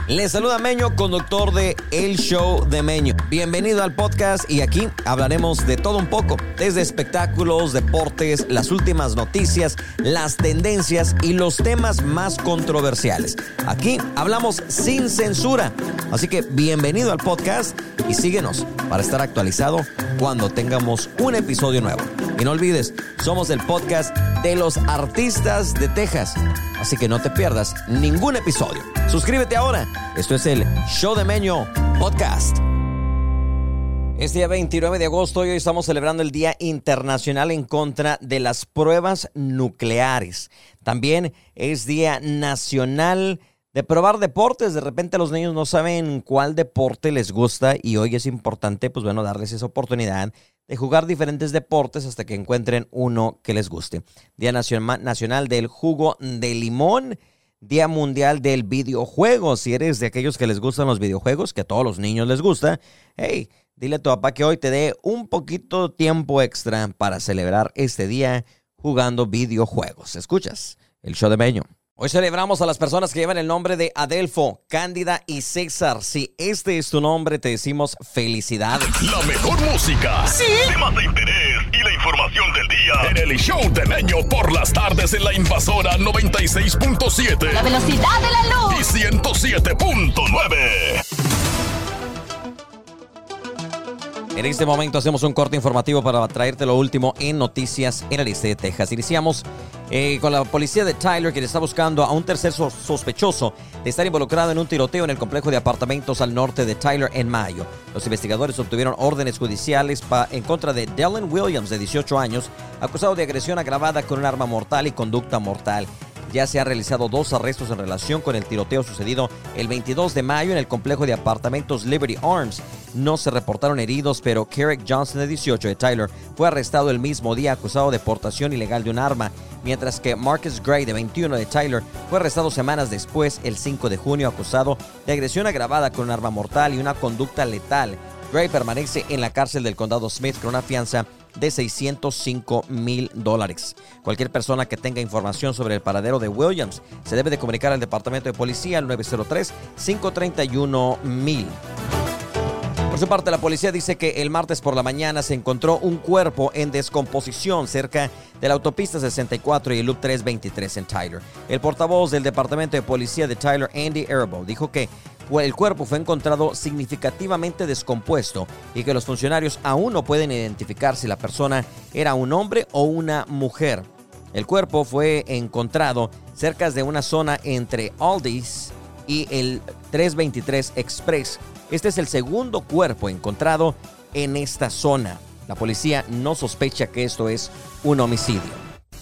Les saluda Meño, conductor de El Show de Meño. Bienvenido al podcast y aquí hablaremos de todo un poco, desde espectáculos, deportes, las últimas noticias, las tendencias y los temas más controversiales. Aquí hablamos sin censura, así que bienvenido al podcast y síguenos para estar actualizado cuando tengamos un episodio nuevo. Y no olvides, somos el podcast de los artistas de Texas, así que no te pierdas ningún episodio. Suscríbete ahora. Esto es el Show de Meño Podcast. Es día 29 de agosto y hoy estamos celebrando el Día Internacional en contra de las pruebas nucleares. También es Día Nacional de probar deportes. De repente los niños no saben cuál deporte les gusta y hoy es importante, darles esa oportunidad de jugar diferentes deportes hasta que encuentren uno que les guste. Día Nacional del Jugo de Limón. Día Mundial del Videojuego. Si eres de aquellos que les gustan los videojuegos, que a todos los niños les gusta, hey, dile a tu papá que hoy te dé un poquito tiempo extra para celebrar este día jugando videojuegos. ¿Escuchas? El Show de Meño. Hoy celebramos a las personas que llevan el nombre de Adelfo, Cándida y César. Si este es tu nombre, te decimos felicidades. La mejor música, ¿sí? Temas de interés y la información del día en el Show de Meño por las tardes en la Invasora 96.7. La velocidad de la luz. Y 107.9. En este momento hacemos un corte informativo para traerte lo último en noticias en el este de Texas. Iniciamos con la policía de Tyler, que está buscando a un tercer sospechoso de estar involucrado en un tiroteo en el complejo de apartamentos al norte de Tyler en mayo. Los investigadores obtuvieron órdenes judiciales en contra de Dylan Williams, de 18 años, acusado de agresión agravada con un arma mortal y conducta mortal. Ya se han realizado 2 arrestos en relación con el tiroteo sucedido el 22 de mayo en el complejo de apartamentos Liberty Arms. No se reportaron heridos, pero Kerrick Johnson, de 18, de Tyler, fue arrestado el mismo día acusado de portación ilegal de un arma, mientras que Marcus Gray, de 21, de Tyler, fue arrestado semanas después, el 5 de junio, acusado de agresión agravada con un arma mortal y una conducta letal. Gray permanece en la cárcel del condado Smith con una fianza de $605,000. Cualquier persona que tenga información sobre el paradero de Williams se debe de comunicar al Departamento de Policía al 903-531-1000. Por su parte, la policía dice que el martes por la mañana se encontró un cuerpo en descomposición cerca de la autopista 64 y el Loop 323 en Tyler. El portavoz del Departamento de Policía de Tyler, Andy Arabo, dijo que el cuerpo fue encontrado significativamente descompuesto y que los funcionarios aún no pueden identificar si la persona era un hombre o una mujer. El cuerpo fue encontrado cerca de una zona entre Aldi's y el 323 Express. Este es el segundo cuerpo encontrado en esta zona. La policía no sospecha que esto es un homicidio.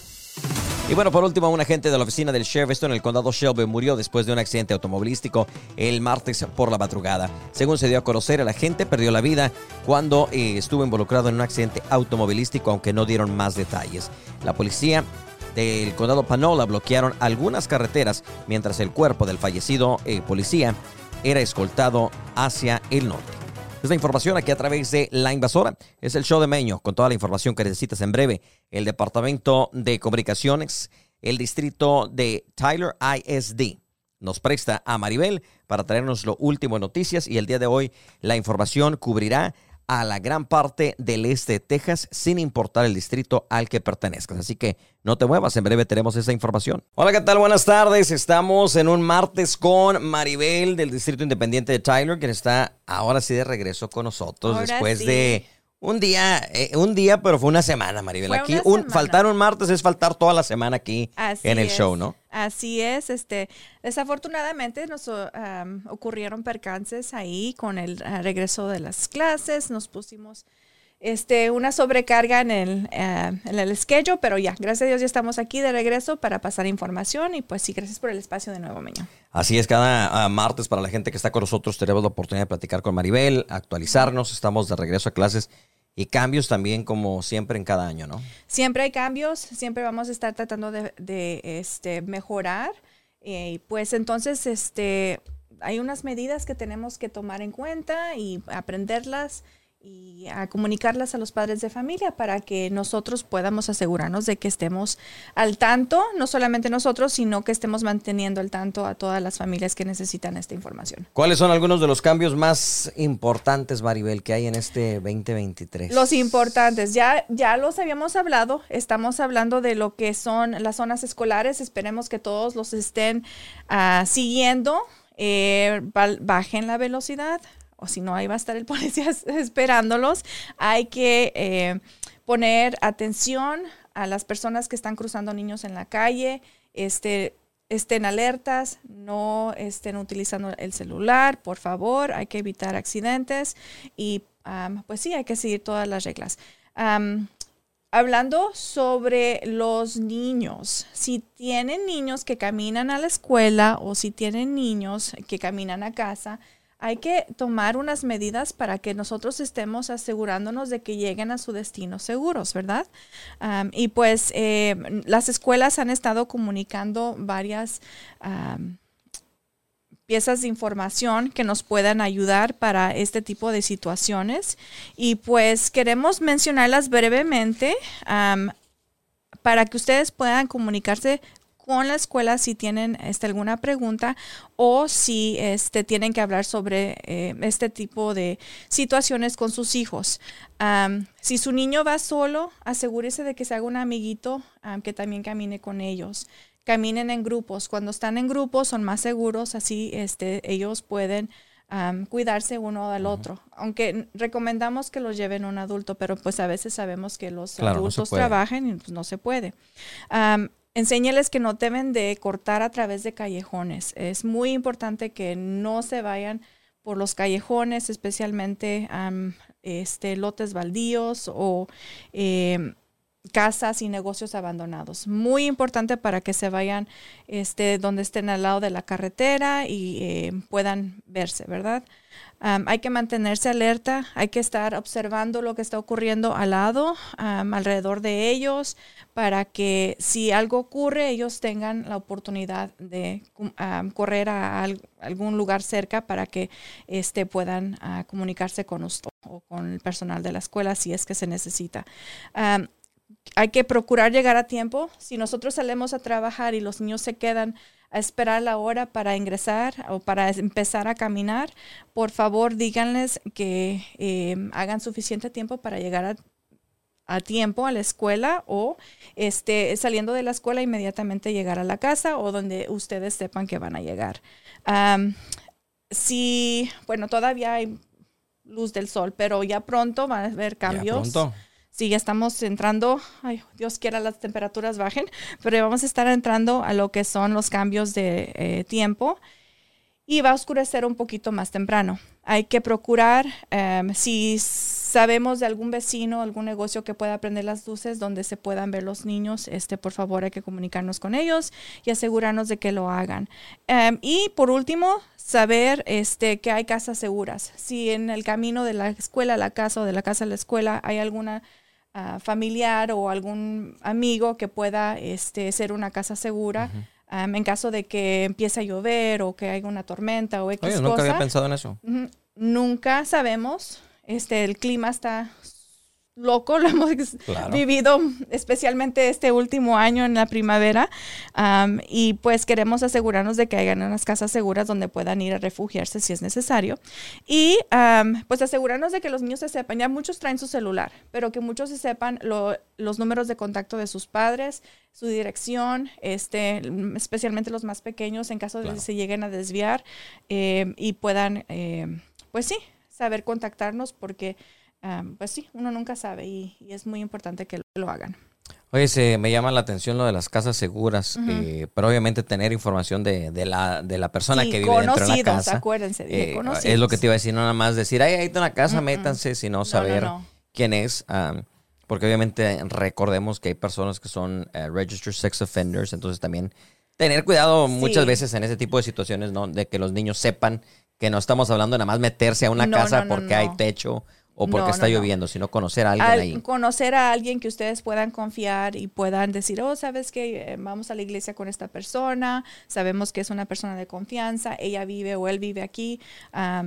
Y bueno, por último, un agente de la oficina del sheriff, esto en el condado Shelby, murió después de un accidente automovilístico el martes por la madrugada. Según se dio a conocer, el agente perdió la vida cuando estuvo involucrado en un accidente automovilístico, aunque no dieron más detalles. La policía del condado Panola bloquearon algunas carreteras mientras el cuerpo del fallecido policía era escoltado hacia el norte. Esta información aquí a través de La Invasora. Es el Show de Meño con toda la información que necesitas en breve. El Departamento de Comunicaciones, el distrito de Tyler ISD, nos presta a Maribel para traernos lo último en noticias y el día de hoy la información cubrirá a la gran parte del este de Texas, sin importar el distrito al que pertenezcas. Así que no te muevas, en breve tenemos esa información. Hola, ¿qué tal? Buenas tardes. Estamos en un martes con Maribel del Distrito Independiente de Tyler, quien está ahora sí de regreso con nosotros ahora después sí. de un día, pero fue una semana, Maribel. Fue Aquí una semana. faltar un martes es faltar toda la semana aquí Así en el es. show, ¿no? Así es. Desafortunadamente nos ocurrieron percances ahí con el regreso de las clases. Nos pusimos una sobrecarga en el schedule, pero ya, gracias a Dios ya estamos aquí de regreso para pasar información y pues sí, gracias por el espacio de nuevo, Meño. Así es, cada martes para la gente que está con nosotros tenemos la oportunidad de platicar con Maribel, actualizarnos, estamos de regreso a clases y cambios también como siempre en cada año, ¿no? Siempre hay cambios, siempre vamos a estar tratando de mejorar y pues entonces hay unas medidas que tenemos que tomar en cuenta y aprenderlas. y a comunicarlas a los padres de familia para que nosotros podamos asegurarnos de que estemos al tanto, no solamente nosotros, sino que estemos manteniendo al tanto a todas las familias que necesitan esta información. ¿Cuáles son algunos de los cambios más importantes, Maribel, que hay en este 2023? Los importantes, ya los habíamos hablado, estamos hablando de lo que son las zonas escolares, esperemos que todos los estén siguiendo, bajen la velocidad, o si no, ahí va a estar el policía esperándolos. Hay que poner atención a las personas que están cruzando niños en la calle, estén alertas, no estén utilizando el celular, por favor, hay que evitar accidentes y pues sí, hay que seguir todas las reglas. Hablando sobre los niños, si tienen niños que caminan a la escuela o si tienen niños que caminan a casa, hay que tomar unas medidas para que nosotros estemos asegurándonos de que lleguen a su destino seguros, ¿verdad? Y pues las escuelas han estado comunicando varias piezas de información que nos puedan ayudar para este tipo de situaciones. Y pues queremos mencionarlas brevemente para que ustedes puedan comunicarse con la escuela si tienen alguna pregunta o si tienen que hablar sobre este tipo de situaciones con sus hijos. Si su niño va solo, asegúrese de que se haga un amiguito que también camine con ellos. Caminen en grupos. Cuando están en grupos son más seguros, así ellos pueden cuidarse uno del otro. Aunque recomendamos que los lleven un adulto, pero pues a veces sabemos que los adultos trabajan y pues no se puede. Enséñeles que no deben de cortar a través de callejones. Es muy importante que no se vayan por los callejones, especialmente lotes baldíos o casas y negocios abandonados. Muy importante para que se vayan donde estén al lado de la carretera y puedan verse, ¿verdad? Hay que mantenerse alerta, hay que estar observando lo que está ocurriendo al lado, alrededor de ellos, para que si algo ocurre, ellos tengan la oportunidad de correr a algún lugar cerca para que puedan comunicarse con usted o con el personal de la escuela si es que se necesita. Hay que procurar llegar a tiempo. Si nosotros salimos a trabajar y los niños se quedan a esperar la hora para ingresar o para empezar a caminar, por favor díganles que hagan suficiente tiempo para llegar a tiempo a la escuela o saliendo de la escuela inmediatamente llegar a la casa o donde ustedes sepan que van a llegar. Todavía hay luz del sol, pero ya pronto van a haber cambios. Ya pronto. Sí, ya estamos entrando, Dios quiera las temperaturas bajen, pero vamos a estar entrando a lo que son los cambios de tiempo y va a oscurecer un poquito más temprano. Hay que procurar, si sabemos de algún vecino, algún negocio que pueda prender las luces donde se puedan ver los niños, por favor hay que comunicarnos con ellos y asegurarnos de que lo hagan. Y por último, saber que hay casas seguras. Si en el camino de la escuela a la casa o de la casa a la escuela hay alguna familiar o algún amigo que pueda ser una casa segura, en caso de que empiece a llover o que haya una tormenta o X cosa. Nunca había pensado en eso. Nunca sabemos. El clima está loco, lo hemos vivido especialmente este último año en la primavera y pues queremos asegurarnos de que hayan unas casas seguras donde puedan ir a refugiarse si es necesario y pues asegurarnos de que los niños se sepan, ya muchos traen su celular, pero que muchos se sepan los números de contacto de sus padres, su dirección, especialmente los más pequeños en caso de que se lleguen a desviar y puedan pues sí, saber contactarnos porque pues sí, uno nunca sabe y es muy importante que lo hagan. Oye, me llama la atención lo de las casas seguras, pero obviamente tener información de la persona que vive dentro de la casa. Acuérdense, de conocidos. Es lo que te iba a decir, no nada más decir, ahí está una casa, métanse, sino saber quién es. Porque obviamente recordemos que hay personas que son registered sex offenders, entonces también tener cuidado muchas veces en ese tipo de situaciones, ¿no? De que los niños sepan que no estamos hablando de nada más meterse a una casa porque hay techo o porque está lloviendo, sino conocer a alguien ahí. Conocer a alguien que ustedes puedan confiar y puedan decir, ¿sabes qué? Vamos a la iglesia con esta persona, sabemos que es una persona de confianza, ella vive o él vive aquí.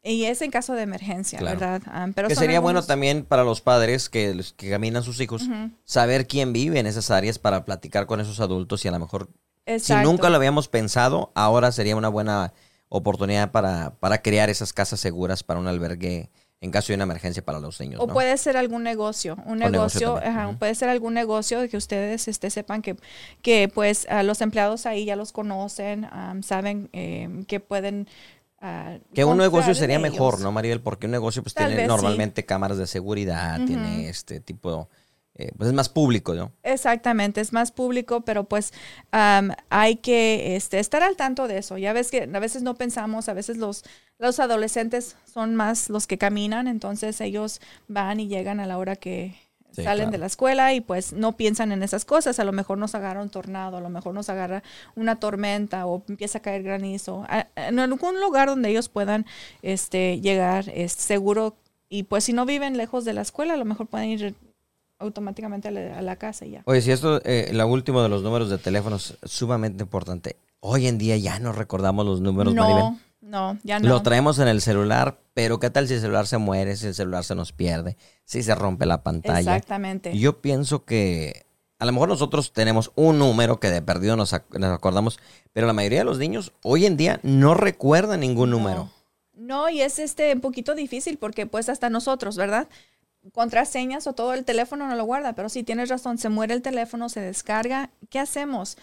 Y es en caso de emergencia, Claro. ¿verdad? Pero Que son sería bueno algunos- también para los padres que caminan sus hijos, saber quién vive en esas áreas para platicar con esos adultos y a lo mejor, si Exacto. nunca lo habíamos pensado, ahora sería una buena oportunidad para crear esas casas seguras para un albergue en caso de una emergencia para los niños, O ¿no? puede ser algún negocio, un O negocio negocio, también. ajá, Ujú. puede ser algún negocio de que ustedes sepan que pues los empleados ahí ya los conocen, saben que pueden Que un negocio comprar sería de mejor, ellos. ¿no, Maribel? Porque un negocio pues Tal tiene vez sí. normalmente cámaras de seguridad, tiene este tipo, pues es más público, ¿no? Exactamente, es más público, pero pues hay que estar al tanto de eso. Ya ves que a veces no pensamos, a veces los adolescentes son más los que caminan, entonces ellos van y llegan a la hora que Sí, salen claro. de la escuela y pues no piensan en esas cosas. A lo mejor nos agarra un tornado, a lo mejor nos agarra una tormenta o empieza a caer granizo. En algún lugar donde ellos puedan llegar seguro, y pues si no viven lejos de la escuela, a lo mejor pueden ir automáticamente a la casa y ya. Oye, si esto, la última de los números de teléfonos es sumamente importante. Hoy en día ya no recordamos los números, Maribel. No, ya no. Lo traemos en el celular, pero ¿qué tal si el celular se muere, si el celular se nos pierde, si se rompe la pantalla? Exactamente. Yo pienso que a lo mejor nosotros tenemos un número que de perdido nos acordamos, pero la mayoría de los niños hoy en día no recuerdan ningún número. No, y es un poquito difícil porque pues hasta nosotros, ¿verdad? Contraseñas o todo el teléfono no lo guarda, pero sí tienes razón, se muere el teléfono, se descarga, ¿qué hacemos?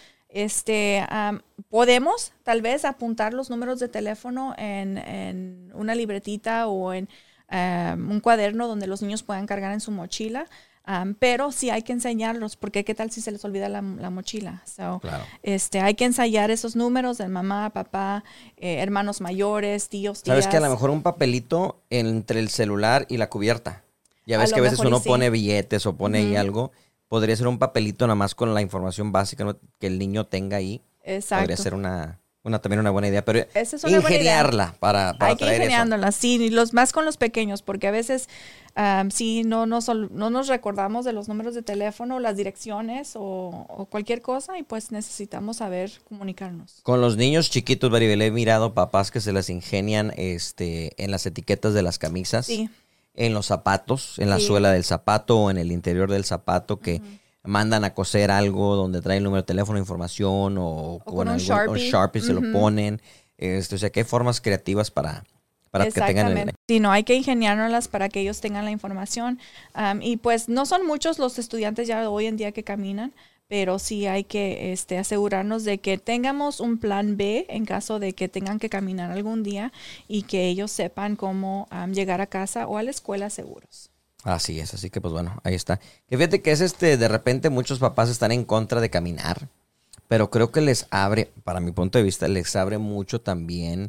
Podemos tal vez apuntar los números de teléfono en una libretita o en un cuaderno donde los niños puedan cargar en su mochila, pero sí hay que enseñarlos, porque qué tal si se les olvida la mochila. So, Claro. hay que ensayar esos números de mamá, papá, hermanos mayores, tíos, tías. ¿Sabes que a lo mejor un papelito entre el celular y la cubierta? Ya ves A que a lo veces mejor y uno sí. pone billetes o pone ahí algo. Podría ser un papelito nada más con la información básica, ¿no?, que el niño tenga ahí. Exacto. Podría ser también una buena idea, pero Esa es una buena idea. ingeniarla para Hay que traer eso. ingeniándolas, sí, y más con los pequeños, porque a veces sí no nos recordamos de los números de teléfono, las direcciones o cualquier cosa, y pues necesitamos saber comunicarnos. Con los niños chiquitos, Maribel, he mirado papás que se las ingenian en las etiquetas de las camisas, Sí. en los zapatos, en la Sí. suela del zapato o en el interior del zapato, que mandan a coser algo donde trae el número de teléfono, información o con un algún Sharpie. se lo ponen. O sea, que hay formas creativas para que tengan Exactamente. Sí, no, hay que ingeniárnoslas para que ellos tengan la información. Y pues no son muchos los estudiantes ya hoy en día que caminan, pero sí hay que asegurarnos de que tengamos un plan B en caso de que tengan que caminar algún día y que ellos sepan cómo llegar a casa o a la escuela seguros. Así es, así que pues bueno, ahí está. Que fíjate que es de repente muchos papás están en contra de caminar, pero creo que les abre, para mi punto de vista, les abre mucho también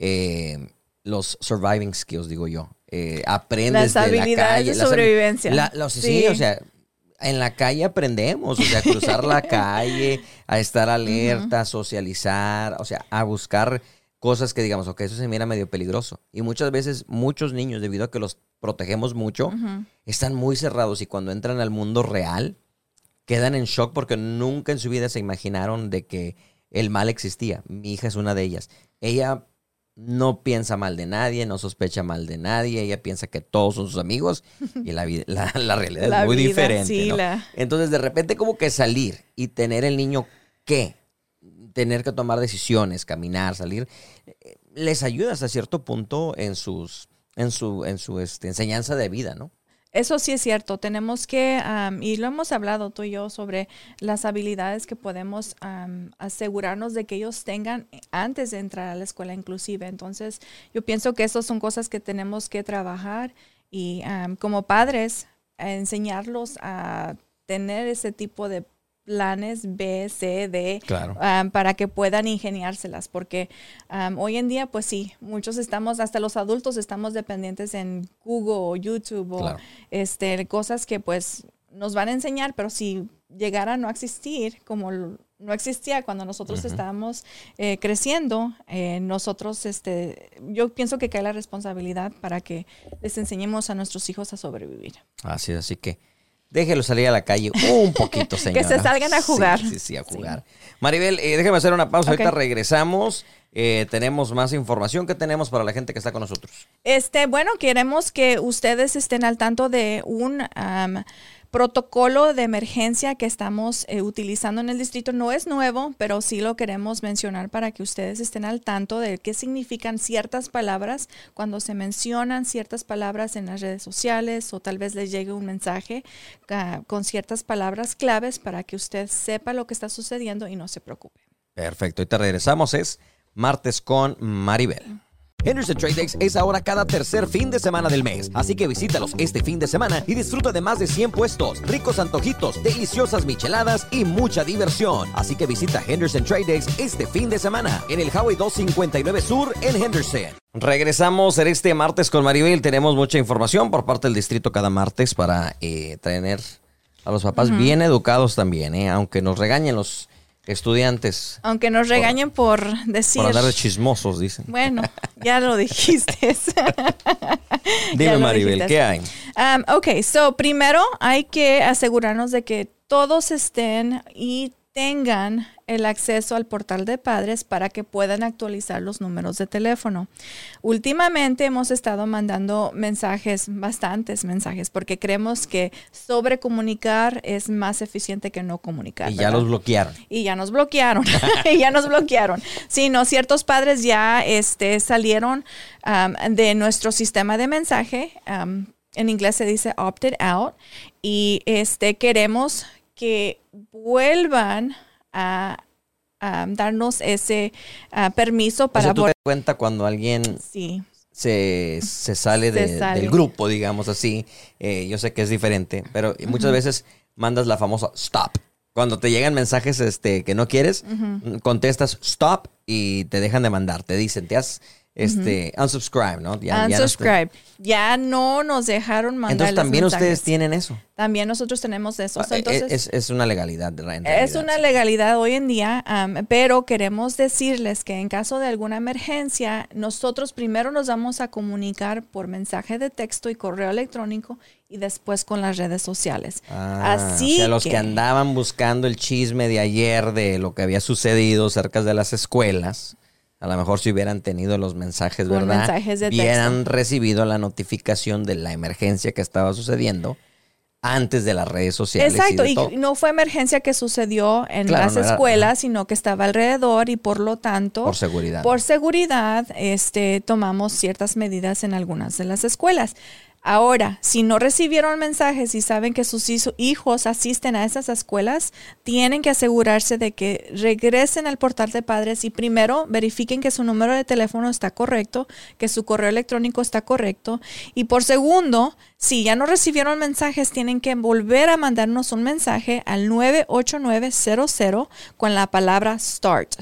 los surviving skills, digo yo. Aprendes Las de la habilidades calle. de sobrevivencia. Sí, o sea, en la calle aprendemos, o sea, a cruzar la calle, a estar alerta, a socializar, o sea, a buscar cosas que digamos, ok, eso se mira medio peligroso. Y muchas veces muchos niños, debido a que los protegemos mucho, están muy cerrados y cuando entran al mundo real, quedan en shock porque nunca en su vida se imaginaron de que el mal existía. Mi hija es una de ellas. Ella no piensa mal de nadie, no sospecha mal de nadie, ella piensa que todos son sus amigos y la realidad La es muy vida, diferente, sí, ¿no? Entonces, de repente como que salir y tener el niño tener que tomar decisiones, caminar, salir, les ayuda hasta cierto punto en su enseñanza de vida, ¿no? Eso sí es cierto, tenemos que, y lo hemos hablado tú y yo sobre las habilidades que podemos asegurarnos de que ellos tengan antes de entrar a la escuela inclusive. Entonces, yo pienso que esas son cosas que tenemos que trabajar y como padres, enseñarlos a tener ese tipo de planes B, C, D, Claro. Para que puedan ingeniárselas, porque hoy en día, pues sí, muchos estamos, hasta los adultos estamos dependientes en Google o YouTube o Claro. cosas que pues nos van a enseñar, pero si llegara a no existir, como no existía cuando nosotros estábamos creciendo, nosotros, yo pienso que cae la responsabilidad para que les enseñemos a nuestros hijos a sobrevivir. Así que déjelo salir a la calle un poquito, señora. Que se salgan a jugar. Sí, a jugar. Sí. Maribel, déjame hacer una pausa. Okay. Ahorita regresamos. Tenemos más información que tenemos para la gente que está con nosotros. Bueno, queremos que ustedes estén al tanto de un protocolo de emergencia que estamos utilizando en el distrito. No es nuevo, pero sí lo queremos mencionar para que ustedes estén al tanto de qué significan ciertas palabras cuando se mencionan ciertas palabras en las redes sociales, o tal vez les llegue un mensaje con ciertas palabras claves para que usted sepa lo que está sucediendo y no se preocupe. Perfecto. Ahorita regresamos. Es Martes con Maribel. Henderson Trade Days es ahora cada tercer fin de semana del mes, así que visítalos este fin de semana y disfruta de más de 100 puestos, ricos antojitos, deliciosas micheladas y mucha diversión. Así que visita Henderson Trade Days este fin de semana en el Highway 259 Sur en Henderson. Regresamos en este Martes con Maribel. Tenemos mucha información por parte del distrito cada martes para tener a los papás bien educados también, aunque nos regañen los estudiantes. Aunque nos regañen por decir... Por andar de chismosos, dicen. Bueno, ya lo dijiste. Dime, Maribel, ¿qué hay? Ok, primero hay que asegurarnos de que todos estén y tengan el acceso al portal de padres para que puedan actualizar los números de teléfono. Últimamente hemos estado mandando bastantes mensajes, porque creemos que sobrecomunicar es más eficiente que no comunicar. Y ya los bloquearon. Y ya nos bloquearon. Sí, no, ciertos padres ya salieron de nuestro sistema de mensaje. En inglés se dice opted out. Y queremos que vuelvan a darnos ese permiso para... O sea, ¿tú te das cuenta cuando alguien se sale del grupo, digamos así? Yo sé que es diferente, pero muchas veces mandas la famosa stop. Cuando te llegan mensajes que no quieres, contestas stop y te dejan de mandar. Te dicen, te has... unsubscribe, ¿no? Unsubscribe. Ya no nos dejaron mandar. Entonces también mensajes. Ustedes tienen eso. También nosotros tenemos eso. Entonces, es una legalidad. Es una legalidad hoy en día, pero queremos decirles que en caso de alguna emergencia, nosotros primero nos vamos a comunicar por mensaje de texto y correo electrónico y después con las redes sociales. Así o sea, los que andaban buscando el chisme de ayer de lo que había sucedido cerca de las escuelas, a lo mejor si hubieran tenido los mensajes, ¿verdad? Mensajes de hubieran texto. Recibido la notificación de la emergencia que estaba sucediendo antes de las redes sociales. Exacto, y no fue emergencia que sucedió en las escuelas, sino que estaba alrededor y por lo tanto... Por seguridad, tomamos ciertas medidas en algunas de las escuelas. Ahora, si no recibieron mensajes y saben que sus hijos asisten a esas escuelas, tienen que asegurarse de que regresen al portal de padres y primero verifiquen que su número de teléfono está correcto, que su correo electrónico está correcto. Y por segundo, si ya no recibieron mensajes, tienen que volver a mandarnos un mensaje al 98900 con la palabra START.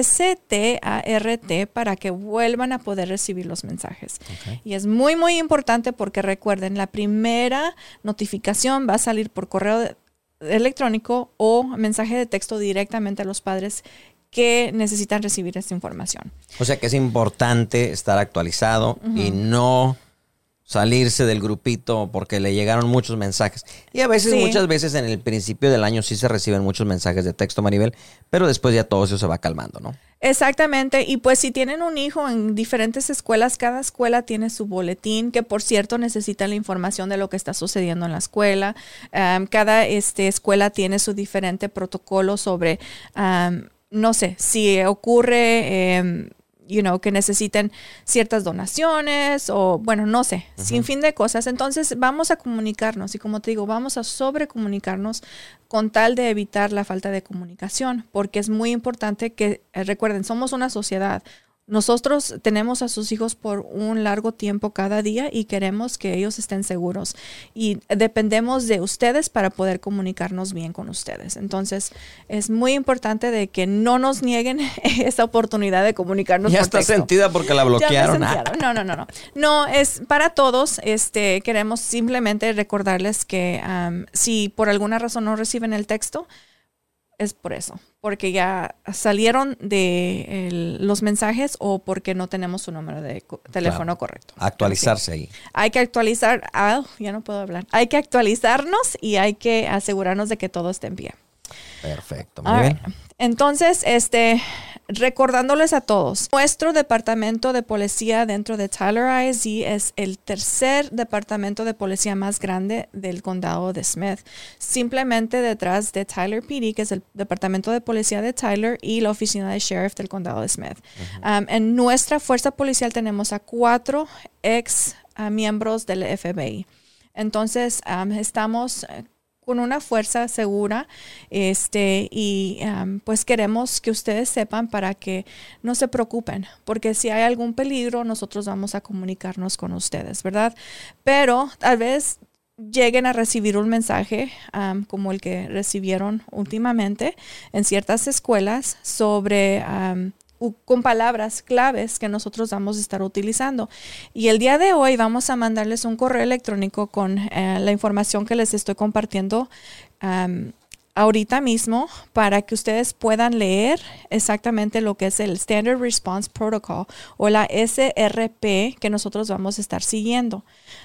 START, para que vuelvan a poder recibir los mensajes. Okay. Y es muy, muy importante porque recuerden, la primera notificación va a salir por correo electrónico o mensaje de texto directamente a los padres que necesitan recibir esta información. O sea que es importante estar actualizado y no salirse del grupito porque le llegaron muchos mensajes. Y a veces, muchas veces en el principio del año sí se reciben muchos mensajes de texto, Maribel, pero después ya todo eso se va calmando, ¿no? Exactamente. Y pues si tienen un hijo en diferentes escuelas, cada escuela tiene su boletín, que por cierto necesita la información de lo que está sucediendo en la escuela. Cada escuela tiene su diferente protocolo sobre, no sé, si ocurre... que necesiten ciertas donaciones o, bueno, no sé, sin fin de cosas. Entonces, vamos a comunicarnos y como te digo, vamos a sobrecomunicarnos con tal de evitar la falta de comunicación, porque es muy importante que, recuerden, somos una sociedad. Nosotros tenemos a sus hijos por un largo tiempo cada día y queremos que ellos estén seguros y dependemos de ustedes para poder comunicarnos bien con ustedes. Entonces, es muy importante de que no nos nieguen esa oportunidad de comunicarnos. Ya está sentida porque la bloquearon. No, es para todos. Queremos simplemente recordarles que si por alguna razón no reciben el texto, es por eso, porque ya salieron de los mensajes o porque no tenemos su número de teléfono correcto. Actualizarse ahí. Hay que actualizar, ya no puedo hablar. Hay que actualizarnos y hay que asegurarnos de que todo esté en pie. Perfecto, muy bien. Entonces, recordándoles a todos, nuestro departamento de policía dentro de Tyler ISD es el tercer departamento de policía más grande del condado de Smith, simplemente detrás de Tyler PD, que es el departamento de policía de Tyler, y la oficina de sheriff del condado de Smith. En nuestra fuerza policial tenemos a 4 ex miembros del FBI. Entonces, estamos con una fuerza segura, y pues queremos que ustedes sepan para que no se preocupen, porque si hay algún peligro, nosotros vamos a comunicarnos con ustedes, ¿verdad? Pero tal vez lleguen a recibir un mensaje como el que recibieron últimamente en ciertas escuelas sobre con palabras claves que nosotros vamos a estar utilizando. Y el día de hoy vamos a mandarles un correo electrónico con la información que les estoy compartiendo ahorita mismo para que ustedes puedan leer exactamente lo que es el Standard Response Protocol o la SRP que nosotros vamos a estar siguiendo.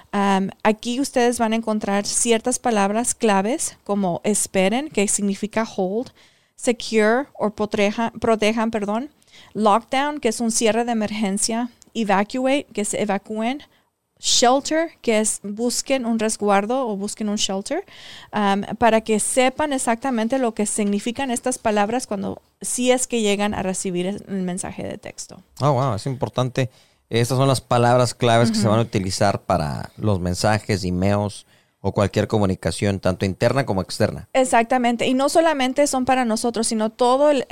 Aquí ustedes van a encontrar ciertas palabras claves como esperen, que significa hold, secure o protejan, lockdown, que es un cierre de emergencia, evacuate, que es evacúen, shelter, que es busquen un resguardo o busquen un shelter, para que sepan exactamente lo que significan estas palabras si es que llegan a recibir el mensaje de texto. Oh, wow, es importante. Estas son las palabras claves que se van a utilizar para los mensajes, emails o cualquier comunicación, tanto interna como externa. Exactamente. Y no solamente son para nosotros, sino todo el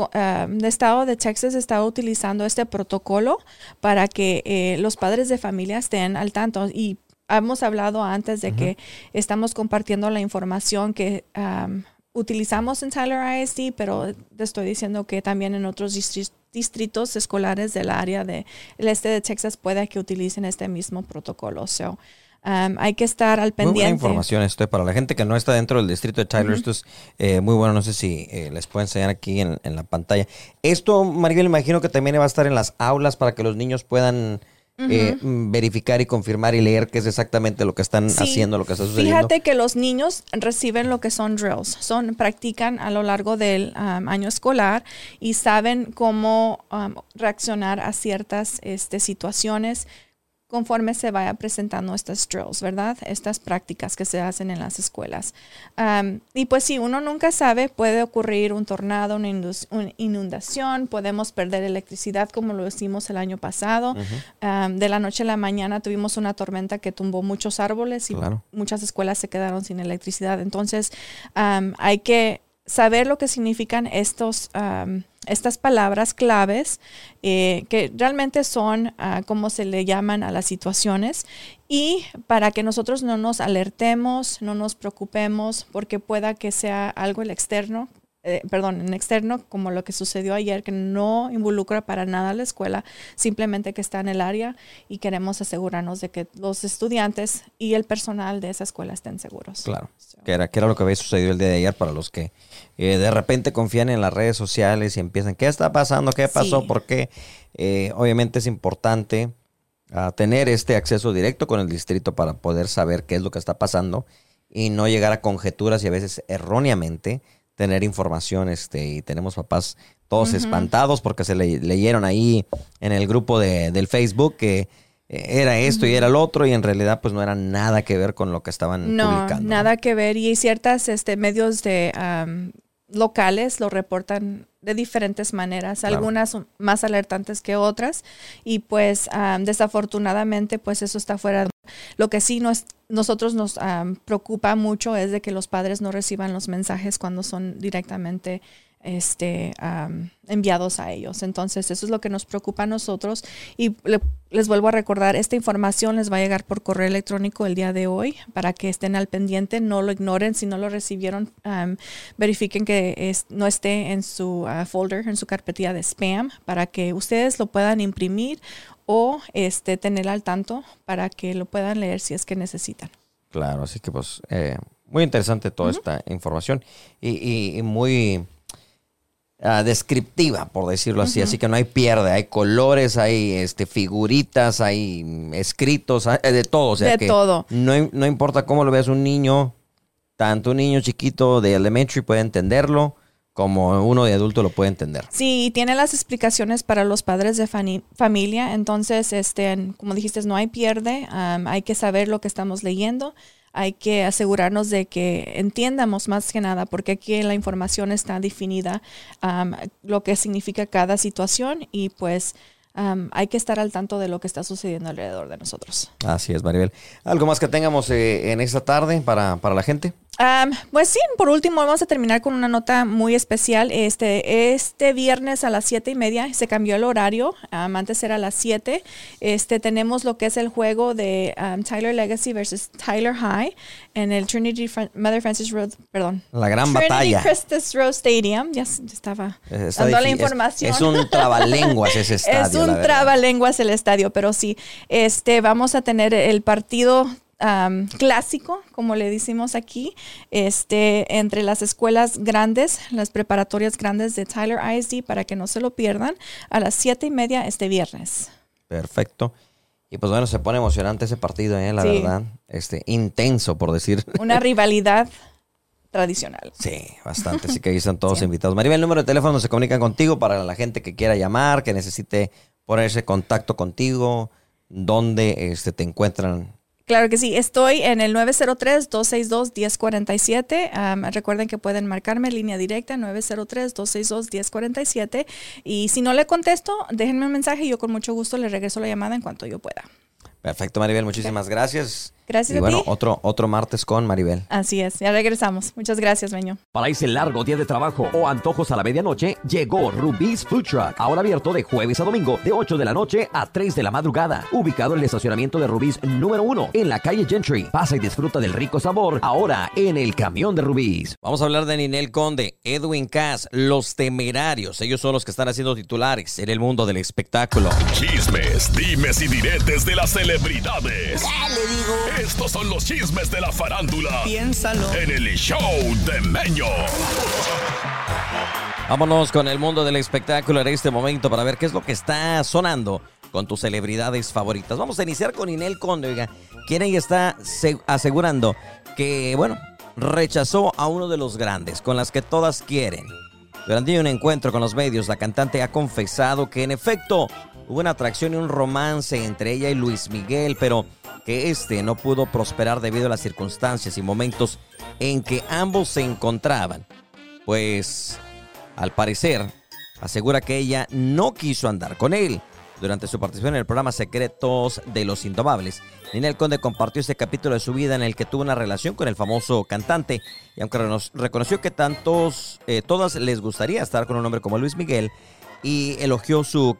estado de Texas está utilizando este protocolo para que los padres de familia estén al tanto. Y hemos hablado antes de que estamos compartiendo la información que utilizamos en Tyler ISD, pero te estoy diciendo que también en otros distritos escolares del área del este de Texas puede que utilicen este mismo protocolo. So, hay que estar al pendiente. Muy buena información para la gente que no está dentro del distrito de Tyler. Esto es muy bueno. No sé si les puedo enseñar aquí en la pantalla. Esto, Maribel, imagino que también va a estar en las aulas para que los niños puedan verificar y confirmar y leer qué es exactamente lo que están haciendo, lo que está sucediendo. Fíjate que los niños reciben lo que son drills. Practican a lo largo del año escolar y saben cómo reaccionar a ciertas situaciones conforme se vaya presentando estas drills, ¿verdad? Estas prácticas que se hacen en las escuelas. Y pues si uno nunca sabe, puede ocurrir un tornado, una inundación, podemos perder electricidad como lo hicimos el año pasado. De la noche a la mañana tuvimos una tormenta que tumbó muchos árboles y muchas escuelas se quedaron sin electricidad. Entonces, hay que saber lo que significan estas palabras claves que realmente son como se le llaman a las situaciones, y para que nosotros no nos alertemos, no nos preocupemos porque pueda que sea algo en externo, como lo que sucedió ayer, que no involucra para nada a la escuela, simplemente que está en el área, y queremos asegurarnos de que los estudiantes y el personal de esa escuela estén seguros. Claro, que era lo que había sucedido el día de ayer para los que de repente confían en las redes sociales y empiezan, ¿qué está pasando? ¿Qué pasó? Sí. ¿Por qué? Obviamente es importante tener este acceso directo con el distrito para poder saber qué es lo que está pasando y no llegar a conjeturas y a veces erróneamente tener información, y tenemos papás todos espantados porque se leyeron ahí en el grupo del Facebook que era esto y era el otro, y en realidad pues no era nada que ver con lo que estaban publicando. No, nada que ver, y ciertas medios de locales lo reportan de diferentes maneras, algunas más alertantes que otras, y pues desafortunadamente pues eso está fuera. Lo que sí nosotros nos preocupa mucho es de que los padres no reciban los mensajes cuando son directamente enviados a ellos. Entonces eso es lo que nos preocupa a nosotros, y les vuelvo a recordar, esta información les va a llegar por correo electrónico el día de hoy para que estén al pendiente, no lo ignoren. Si no lo recibieron, verifiquen que no esté en su folder, en su carpetilla de spam, para que ustedes lo puedan imprimir o tener al tanto para que lo puedan leer si es que necesitan. Claro, así que pues muy interesante toda esta información y muy descriptiva, por decirlo así. Así que no hay pierde, hay colores, hay figuritas, hay escritos, hay de todo. O sea De que todo. no importa cómo lo veas un niño, tanto un niño chiquito de elementary puede entenderlo, como uno de adulto lo puede entender. Sí, tiene las explicaciones para los padres de familia. Entonces, como dijiste, no hay pierde. Hay que saber lo que estamos leyendo. Hay que asegurarnos de que entiendamos más que nada, porque aquí en la información está definida lo que significa cada situación y pues hay que estar al tanto de lo que está sucediendo alrededor de nosotros. Así es, Maribel. ¿Algo más que tengamos en esta tarde para la gente? Pues sí, por último vamos a terminar con una nota muy especial. Este viernes a las 7:30 se cambió el horario. Antes era a las 7. Tenemos lo que es el juego de Tyler Legacy versus Tyler High en el Trinity Mother Francis Road, perdón. La gran Trinity batalla. Christus Road Stadium. Ya estaba dando la información. Es un trabalenguas ese estadio. Es un trabalenguas el estadio, pero sí. Vamos a tener el partido clásico, como le decimos aquí, entre las escuelas grandes, las preparatorias grandes de Tyler ISD, para que no se lo pierdan, a las 7:30 este viernes. Perfecto. Y pues bueno, se pone emocionante ese partido, la Sí. verdad. Intenso, por decir. Una rivalidad tradicional. Sí, bastante. Así que ahí están todos Sí. invitados. Maribel, el número de teléfono se comunican contigo para la gente que quiera llamar, que necesite ponerse en contacto contigo, dónde te encuentran. Claro que sí, estoy en el 903-262-1047. Recuerden que pueden marcarme en línea directa 903-262-1047. Y si no le contesto, déjenme un mensaje y yo con mucho gusto le regreso la llamada en cuanto yo pueda. Perfecto, Maribel, muchísimas gracias. Gracias y a bueno, ti. otro martes con Maribel. Así es, ya regresamos. Muchas gracias, Meño. Para ese largo día de trabajo o antojos a la medianoche, llegó Rubí's Food Truck. Ahora abierto de jueves a domingo, de 8 de la noche a 3 de la madrugada. Ubicado en el estacionamiento de Rubí's número 1, en la calle Gentry. Pasa y disfruta del rico sabor, ahora en el camión de Rubí's. Vamos a hablar de Ninel Conde, Edwin Cass, Los Temerarios. Ellos son los que están haciendo titulares en el mundo del espectáculo. Chismes, dimes y diretes de las celebridades. Ya le digo. Estos son los chismes de la farándula. Piénsalo. En el show de Meño. Vámonos con el mundo del espectáculo en este momento para ver qué es lo que está sonando con tus celebridades favoritas. Vamos a iniciar con Ninel Conde, oiga, quien ella está asegurando que, bueno, rechazó a uno de los grandes, con las que todas quieren. Durante un encuentro con los medios, la cantante ha confesado que en efecto hubo una atracción y un romance entre ella y Luis Miguel, pero que no pudo prosperar debido a las circunstancias y momentos en que ambos se encontraban. Pues, al parecer, asegura que ella no quiso andar con él. Durante su participación en el programa Secretos de los Indomables, Ninel Conde compartió este capítulo de su vida en el que tuvo una relación con el famoso cantante, y aunque reconoció que todas les gustaría estar con un hombre como Luis Miguel, y elogió su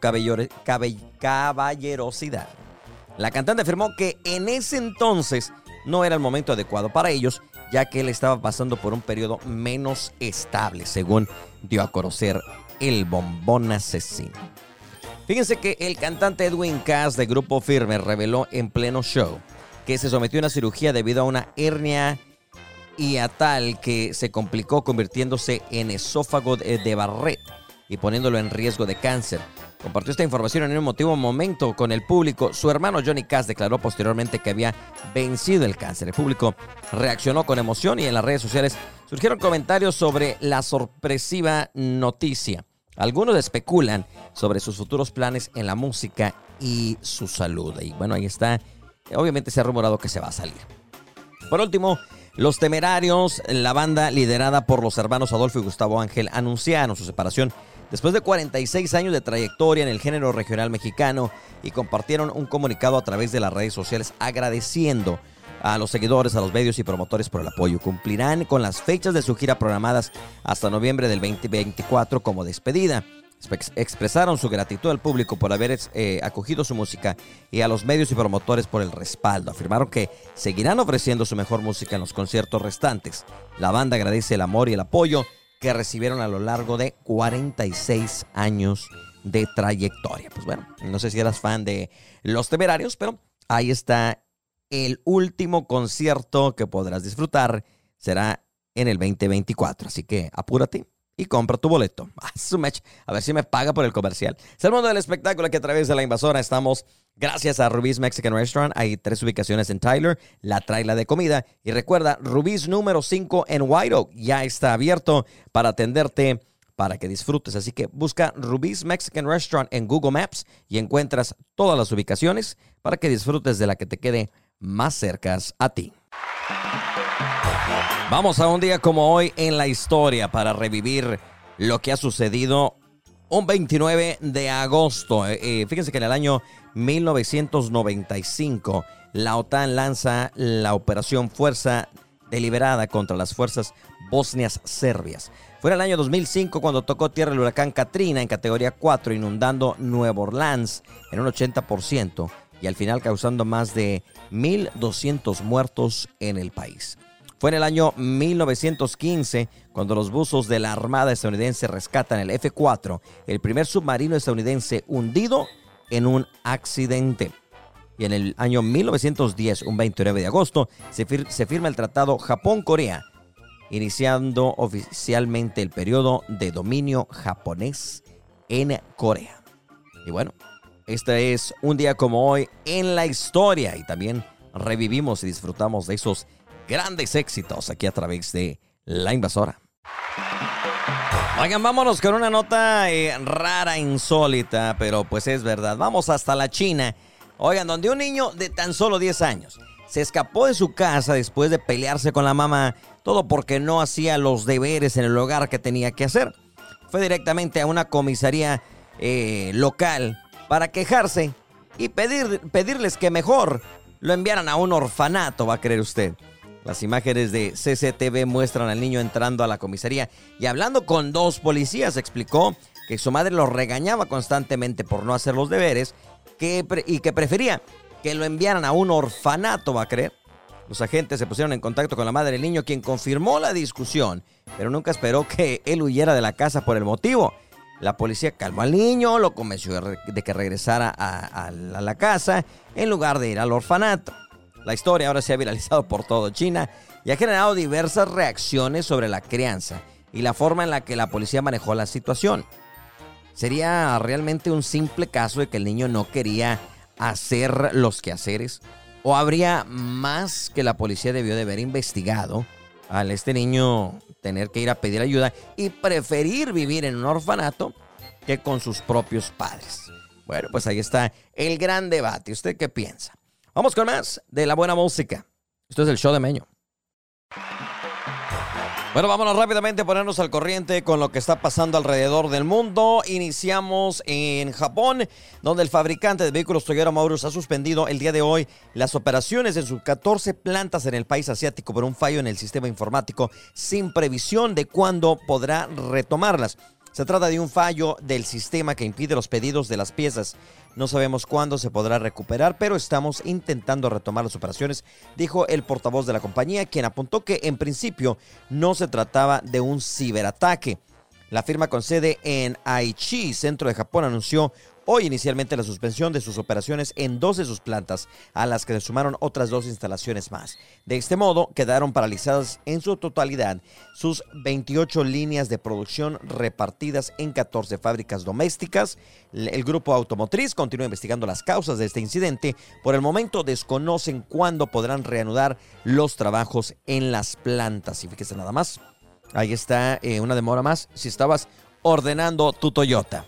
caballerosidad. La cantante afirmó que en ese entonces no era el momento adecuado para ellos, ya que él estaba pasando por un periodo menos estable, según dio a conocer el Bombón Asesino. Fíjense que el cantante Edwin Cass de Grupo Firme reveló en pleno show que se sometió a una cirugía debido a una hernia hiatal que se complicó convirtiéndose en esófago de Barrett y poniéndolo en riesgo de cáncer. Compartió esta información en un emotivo momento con el público. Su hermano Johnny Cass declaró posteriormente que había vencido el cáncer. El público reaccionó con emoción y en las redes sociales surgieron comentarios sobre la sorpresiva noticia. Algunos especulan sobre sus futuros planes en la música y su salud. Y bueno, ahí está. Obviamente se ha rumorado que se va a salir. Por último, Los Temerarios, la banda liderada por los hermanos Adolfo y Gustavo Ángel, anunciaron su separación después de 46 años de trayectoria en el género regional mexicano y compartieron un comunicado a través de las redes sociales agradeciendo a los seguidores, a los medios y promotores por el apoyo. Cumplirán con las fechas de su gira programadas hasta noviembre del 2024 como despedida. Expresaron su gratitud al público por haber acogido su música y a los medios y promotores por el respaldo. Afirmaron que seguirán ofreciendo su mejor música en los conciertos restantes. La banda agradece el amor y el apoyo que recibieron a lo largo de 46 años de trayectoria. Pues bueno, no sé si eras fan de Los Temerarios, pero ahí está el último concierto que podrás disfrutar. Será en el 2024, así que apúrate y compra tu boleto. A ver si me paga por el comercial. Es el mundo del espectáculo que a través de La Invasora estamos gracias a Rubí's Mexican Restaurant. Hay 3 ubicaciones en Tyler, la traila de comida. Y recuerda, Rubí's número 5 en White Oak ya está abierto para atenderte, para que disfrutes. Así que busca Rubí's Mexican Restaurant en Google Maps y encuentras todas las ubicaciones para que disfrutes de la que te quede más cerca a ti. Vamos a un día como hoy en la historia para revivir lo que ha sucedido un 29 de agosto. Fíjense que en el año 1995 la OTAN lanza la Operación Fuerza Deliberada contra las fuerzas bosnias serbias. Fue en el año 2005 cuando tocó tierra el huracán Katrina en categoría 4, inundando Nueva Orleans en un 80% y al final causando más de 1,200 muertos en el país. Fue en el año 1915 cuando los buzos de la Armada estadounidense rescatan el F-4, el primer submarino estadounidense hundido en un accidente. Y en el año 1910, un 29 de agosto, se firma el tratado Japón-Corea, iniciando oficialmente el periodo de dominio japonés en Corea. Y bueno, este es un día como hoy en la historia y también revivimos y disfrutamos de esos grandes éxitos aquí a través de La Invasora. Oigan, vámonos con una nota rara, insólita, pero pues es verdad. Vamos hasta la China. Oigan, donde un niño de tan solo 10 años se escapó de su casa después de pelearse con la mamá, todo porque no hacía los deberes en el hogar que tenía que hacer. Fue directamente a una comisaría local para quejarse y pedirles que mejor lo enviaran a un orfanato, ¿va a creer usted? Las imágenes de CCTV muestran al niño entrando a la comisaría y hablando con 2 policías. Explicó que su madre lo regañaba constantemente por no hacer los deberes y que prefería que lo enviaran a un orfanato, ¿va a creer? Los agentes se pusieron en contacto con la madre del niño, quien confirmó la discusión, pero nunca esperó que él huyera de la casa por el motivo. La policía calmó al niño, lo convenció de que regresara a la casa en lugar de ir al orfanato. La historia ahora se ha viralizado por todo China y ha generado diversas reacciones sobre la crianza y la forma en la que la policía manejó la situación. ¿Sería realmente un simple caso de que el niño no quería hacer los quehaceres? ¿O habría más que la policía debió de haber investigado al este niño tener que ir a pedir ayuda y preferir vivir en un orfanato que con sus propios padres? Bueno, pues ahí está el gran debate. ¿Usted qué piensa? Vamos con más de la buena música. Esto es el show de Meño. Bueno, vámonos rápidamente a ponernos al corriente con lo que está pasando alrededor del mundo. Iniciamos en Japón, donde el fabricante de vehículos Toyota Motors ha suspendido el día de hoy las operaciones en sus 14 plantas en el país asiático por un fallo en el sistema informático sin previsión de cuándo podrá retomarlas. Se trata de un fallo del sistema que impide los pedidos de las piezas. No sabemos cuándo se podrá recuperar, pero estamos intentando retomar las operaciones, dijo el portavoz de la compañía, quien apuntó que en principio no se trataba de un ciberataque. La firma con sede en Aichi, centro de Japón, anunció hoy inicialmente la suspensión de sus operaciones en 2 de sus plantas, a las que se sumaron otras 2 instalaciones más. De este modo, quedaron paralizadas en su totalidad sus 28 líneas de producción repartidas en 14 fábricas domésticas. El grupo automotriz continúa investigando las causas de este incidente. Por el momento desconocen cuándo podrán reanudar los trabajos en las plantas. Y fíjese nada más, ahí está una demora más si estabas ordenando tu Toyota.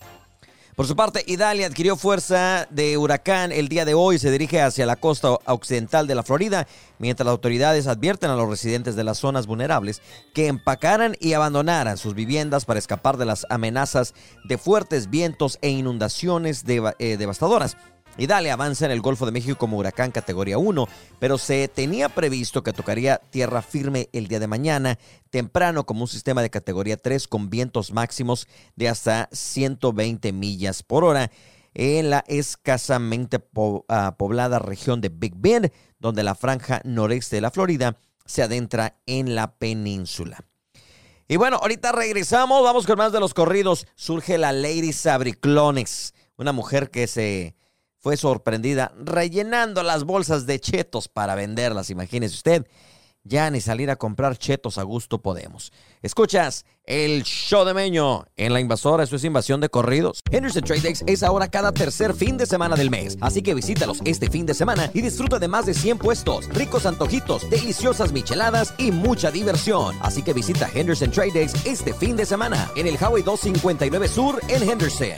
Por su parte, Idalia adquirió fuerza de huracán el día de hoy y se dirige hacia la costa occidental de la Florida, mientras las autoridades advierten a los residentes de las zonas vulnerables que empacaran y abandonaran sus viviendas para escapar de las amenazas de fuertes vientos e inundaciones devastadoras. Idalia avanza en el Golfo de México como huracán categoría 1, pero se tenía previsto que tocaría tierra firme el día de mañana, temprano como un sistema de categoría 3 con vientos máximos de hasta 120 millas por hora en la escasamente poblada región de Big Bend, donde la franja noreste de la Florida se adentra en la península. Y bueno, ahorita regresamos, vamos con más de los corridos. Surge la Lady Sabriclones, una mujer que se fue sorprendida rellenando las bolsas de chetos para venderlas, imagínese usted. ya ni salir a comprar chetos a gusto podemos. Escuchas el show de Meño en La Invasora. Eso es invasión de corridos. Henderson Trade Days es ahora cada tercer fin de semana del mes. Así que visítalos este fin de semana y disfruta de más de 100 puestos, ricos antojitos, deliciosas micheladas y mucha diversión. Así que visita Henderson Trade Days este fin de semana en el Highway 259 Sur en Henderson.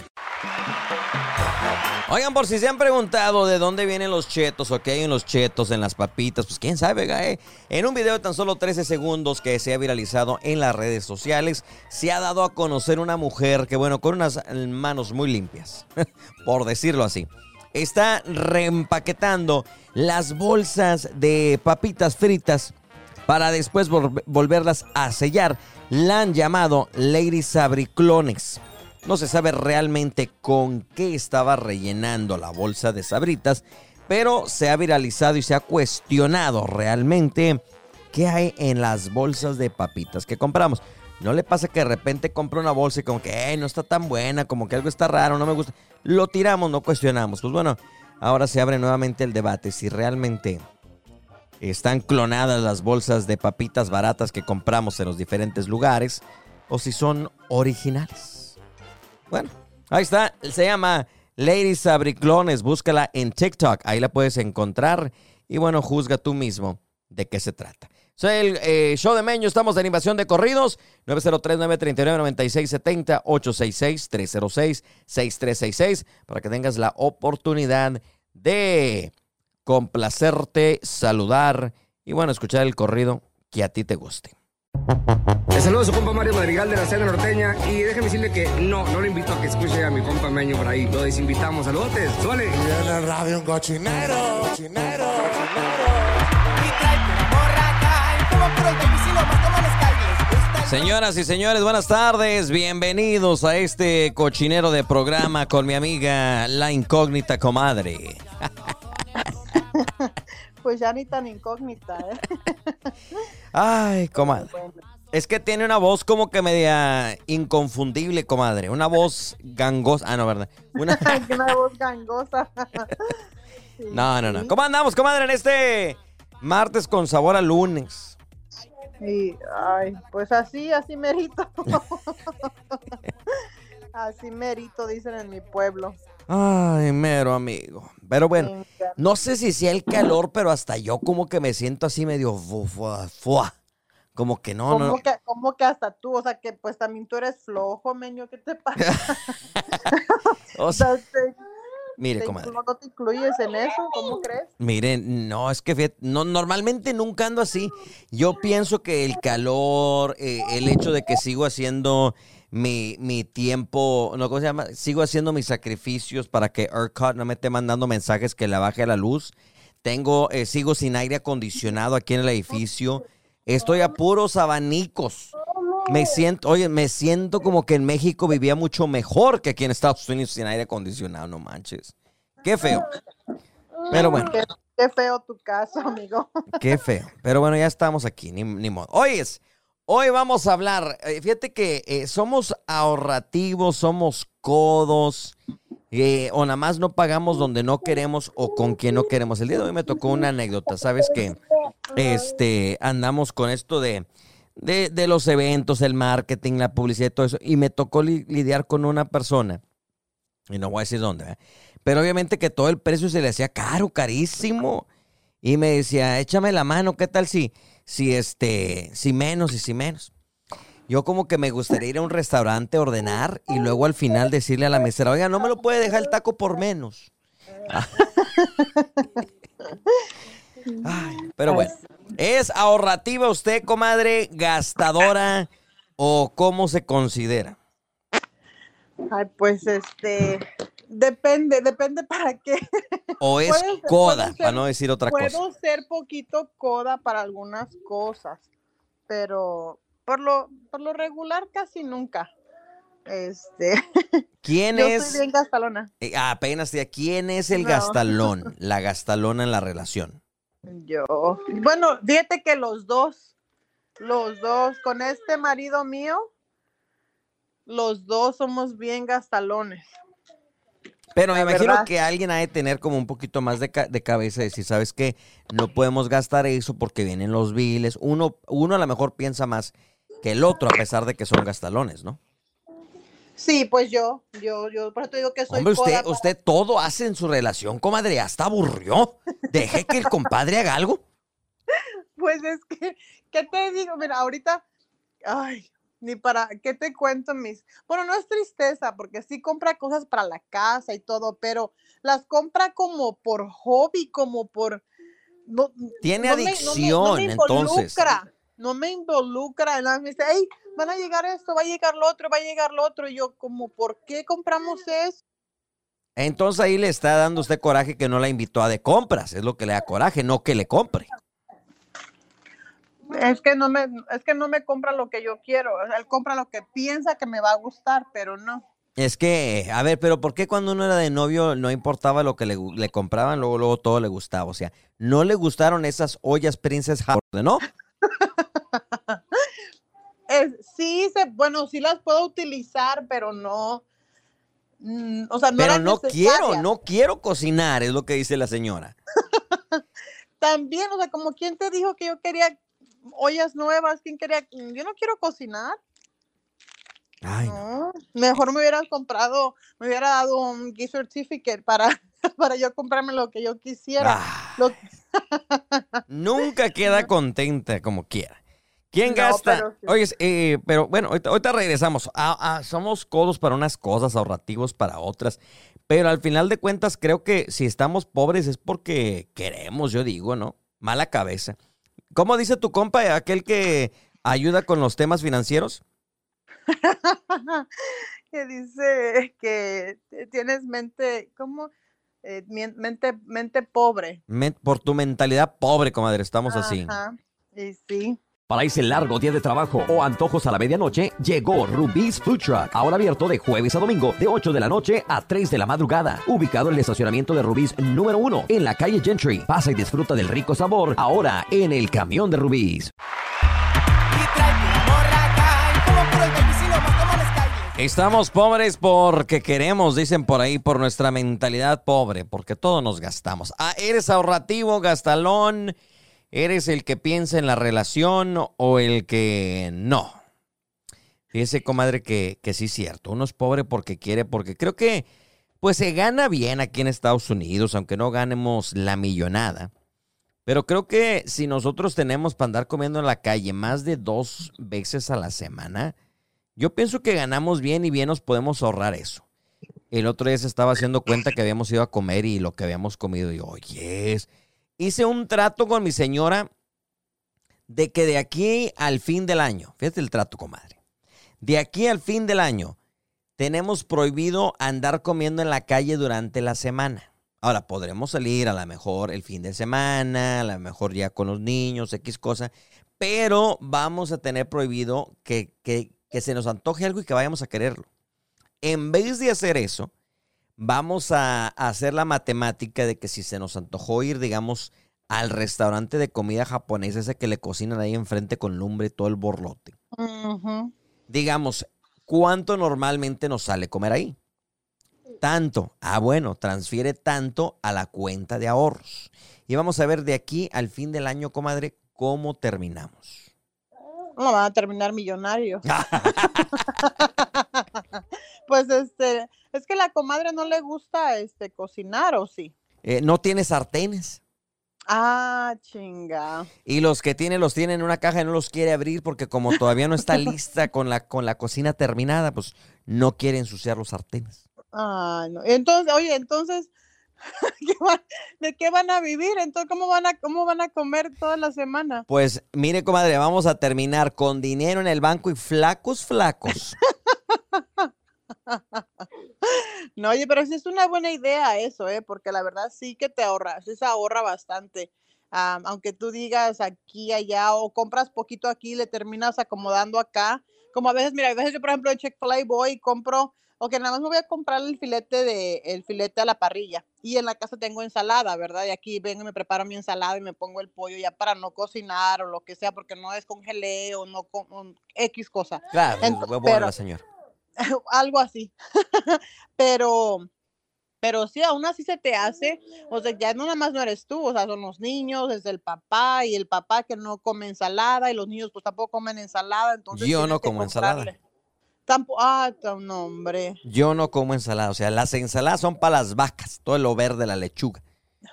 Oigan, por si se han preguntado de dónde vienen los chetos o qué hay en los chetos, en las papitas, pues quién sabe, En un video de tan solo 13 segundos que se ha viralizado en las redes sociales, se ha dado a conocer una mujer que, bueno, con unas manos muy limpias, por decirlo así, está reempaquetando las bolsas de papitas fritas para después volverlas a sellar. La han llamado Lady Sabriclones. No se sabe realmente con qué estaba rellenando la bolsa de Sabritas, pero se ha viralizado y se ha cuestionado realmente qué hay en las bolsas de papitas que compramos. ¿No le pasa que de repente compra una bolsa y como que no está tan buena, como que algo está raro, no me gusta? Lo tiramos, no cuestionamos. Pues bueno, ahora se abre nuevamente el debate si realmente están clonadas las bolsas de papitas baratas que compramos en los diferentes lugares o si son originales. Bueno, ahí está, se llama Lady Sabriclones, búscala en TikTok, ahí la puedes encontrar y bueno, juzga tú mismo de qué se trata. Soy el show de Meño, estamos en invasión de corridos, 903-939-9670, 866-306-6366, para que tengas la oportunidad de complacerte, saludar y bueno, escuchar el corrido que a ti te guste. Les saludo a su compa Mario Madrigal de la Cena Norteña y déjeme decirle que no lo invito a que escuche a mi compa Meño por ahí. Lo desinvitamos. Saludotes, suele. Y en el radio un cochinero, cochinero, cochinero. Señoras y señores, buenas tardes. Bienvenidos a este cochinero de programa con mi amiga la incógnita comadre. Pues ya ni tan incógnita, Ay, comadre. Es que tiene una voz como que media inconfundible, comadre. Una voz gangosa. Ah, no, ¿verdad? Una voz gangosa. Sí. No. ¿Cómo andamos, comadre, en este martes con sabor a lunes? Y, pues así merito. Así merito, dicen en mi pueblo. Ay, mero amigo. Pero bueno, no sé si sea el calor, pero hasta yo como que me siento así medio como que no. Como que hasta tú, o sea que pues también tú eres flojo, Meño, ¿qué te pasa? O sea, mire, comadre. ¿No te incluyes en eso? ¿Cómo crees? Miren, no, es que fíjate, no, normalmente nunca ando así. Yo pienso que el calor, el hecho de que sigo haciendo mi tiempo, no, ¿cómo se llama? Sigo haciendo mis sacrificios para que ERCOT no me esté mandando mensajes que le baje la luz. Sigo sin aire acondicionado aquí en el edificio. Estoy a puros abanicos. Me siento como que en México vivía mucho mejor que aquí en Estados Unidos sin aire acondicionado, no manches. Qué feo. Pero bueno. Qué feo tu caso, amigo. Qué feo. Pero bueno, ya estamos aquí, ni modo. Hoy vamos a hablar, fíjate que somos ahorrativos, somos codos, o nada más no pagamos donde no queremos o con quien no queremos. El día de hoy me tocó una anécdota, ¿sabes qué? Andamos con esto de los eventos, el marketing, la publicidad y todo eso, y me tocó lidiar con una persona, y no voy a decir dónde, pero obviamente que todo el precio se le hacía carísimo, y me decía, échame la mano, ¿qué tal si menos? Yo como que me gustaría ir a un restaurante, ordenar, y luego al final decirle a la mesera, oiga, no me lo puede dejar el taco por menos. Ay, pero bueno, ¿es ahorrativa usted, comadre, gastadora o cómo se considera? Ay, pues depende para qué. O es coda, para no decir otra cosa. Puedo ser poquito coda para algunas cosas, pero por lo regular casi nunca. ¿Quién yo es? Soy bien gastalona. Apenas ya, ¿quién es el gastalón? La gastalona en la relación. Yo. Bueno, fíjate que los dos, con este marido mío, los dos somos bien gastalones. Pero me La imagino verdad. que alguien ha de tener como un poquito más de cabeza y decir, ¿sabes qué? No podemos gastar eso porque vienen los biles. Uno a lo mejor piensa más que el otro, a pesar de que son gastalones, ¿no? Sí, pues por eso te digo que soy Hombre, coda. usted todo hace en su relación, comadre, hasta aburrió. Deje que el compadre haga algo. Pues es que, ¿qué te digo? Mira, ahorita, ay, ni para, ¿qué te cuento Bueno, no es tristeza, porque sí compra cosas para la casa y todo, pero las compra como por hobby, como por, no, Tiene no me adicción, entonces. no me involucra, nada, me dice, hey, van a llegar esto, va a llegar lo otro, va a llegar lo otro, y yo como, ¿por qué compramos eso? Entonces ahí le está dando usted coraje que no la invitó a de compras. Es lo que le da coraje, no que le compre. Es que no me compra lo que yo quiero, o sea, él compra lo que piensa que me va a gustar, pero no. Es que, a ver, pero ¿por qué cuando uno era de novio no importaba lo que le compraban, luego todo le gustaba? O sea, no le gustaron esas ollas Princess Howard, ¿no? Bueno, sí las puedo utilizar, pero no, o sea, no Pero eran necesarias. no quiero cocinar, es lo que dice la señora. También, o sea, como quién te dijo que yo quería ollas nuevas, quién quería, yo no quiero cocinar. Ay, no. No, mejor me hubiera dado un gift certificate para, para yo comprarme lo que yo quisiera. Ah, nunca queda contenta como quiera. ¿Quién No, gasta? pero sí. Oye, pero bueno, ahorita regresamos. Somos codos para unas cosas, ahorrativos para otras. Pero al final de cuentas, creo que si estamos pobres es porque queremos, yo digo, ¿no? Mala cabeza. ¿Cómo dice tu compa, aquel que ayuda con los temas financieros? Que dice que tienes mente, ¿cómo? Mente pobre. Por tu mentalidad pobre, comadre, estamos así. Ajá, y sí. Para ese largo día de trabajo o antojos a la medianoche, llegó Rubí's Food Truck. Ahora abierto de jueves a domingo, de 8 de la noche a 3 de la madrugada. Ubicado en el estacionamiento de Rubí's número 1, en la calle Gentry. Pasa y disfruta del rico sabor, ahora en el camión de Rubí's. Estamos pobres porque queremos, dicen por ahí, por nuestra mentalidad pobre, porque todo nos gastamos. ¿Eres ahorrativo, gastalón? ¿Eres el que piensa en la relación o el que no? Fíjese, comadre, que sí es cierto. Uno es pobre porque quiere, porque creo que pues se gana bien aquí en Estados Unidos, aunque no ganemos la millonada. Pero creo que si nosotros tenemos para andar comiendo en la calle más de 2 veces a la semana, yo pienso que ganamos bien y bien nos podemos ahorrar eso. El otro día se estaba haciendo cuenta que habíamos ido a comer y lo que habíamos comido. Y yo, oye, hice un trato con mi señora de que de aquí al fin del año, fíjate el trato, comadre, de aquí al fin del año tenemos prohibido andar comiendo en la calle durante la semana. Ahora, podremos salir a lo mejor el fin de semana, a lo mejor ya con los niños, X cosa, pero vamos a tener prohibido que se nos antoje algo y que vayamos a quererlo. En vez de hacer eso, vamos a hacer la matemática de que si se nos antojó ir, digamos, al restaurante de comida japonesa, ese que le cocinan ahí enfrente con lumbre y todo el borlote. Ujú. Digamos, ¿cuánto normalmente nos sale comer ahí? Tanto. Bueno, transfiere tanto a la cuenta de ahorros. Y vamos a ver de aquí al fin del año, comadre, cómo terminamos. No van a terminar millonarios. Pues es que la comadre no le gusta cocinar, ¿o sí? No tiene sartenes. Ah, chinga. Y los que tiene los tiene en una caja y no los quiere abrir porque como todavía no está lista con la cocina terminada, pues no quiere ensuciar los sartenes. Ah, no. Entonces, oye, ¿de qué van a vivir? Entonces, ¿cómo van a comer toda la semana? Pues mire, comadre, vamos a terminar con dinero en el banco y flacos. No, oye, pero sí es una buena idea eso, porque la verdad sí que sí se ahorra bastante. Aunque tú digas aquí, allá, o compras poquito aquí y le terminas acomodando acá. Como a veces, mira, a veces yo, por ejemplo, en Chick-fil-A voy y compro, ok, nada más me voy a comprar el filete a la parrilla. Y en la casa tengo ensalada, ¿verdad? Y aquí vengo y me preparo mi ensalada y me pongo el pollo ya para no cocinar o lo que sea, porque no descongelé o no X cosa. Claro, es huevona la señora. Algo así. Pero Pero sí, aún así se te hace, o sea, ya no nada más no eres tú, o sea, son los niños, es el papá, y el papá que no come ensalada, y los niños pues tampoco comen ensalada, entonces Yo tienes no que como ensalada. comprarle. No, hombre. Yo no como ensalada. O sea, las ensaladas son para las vacas. Todo lo verde, la lechuga.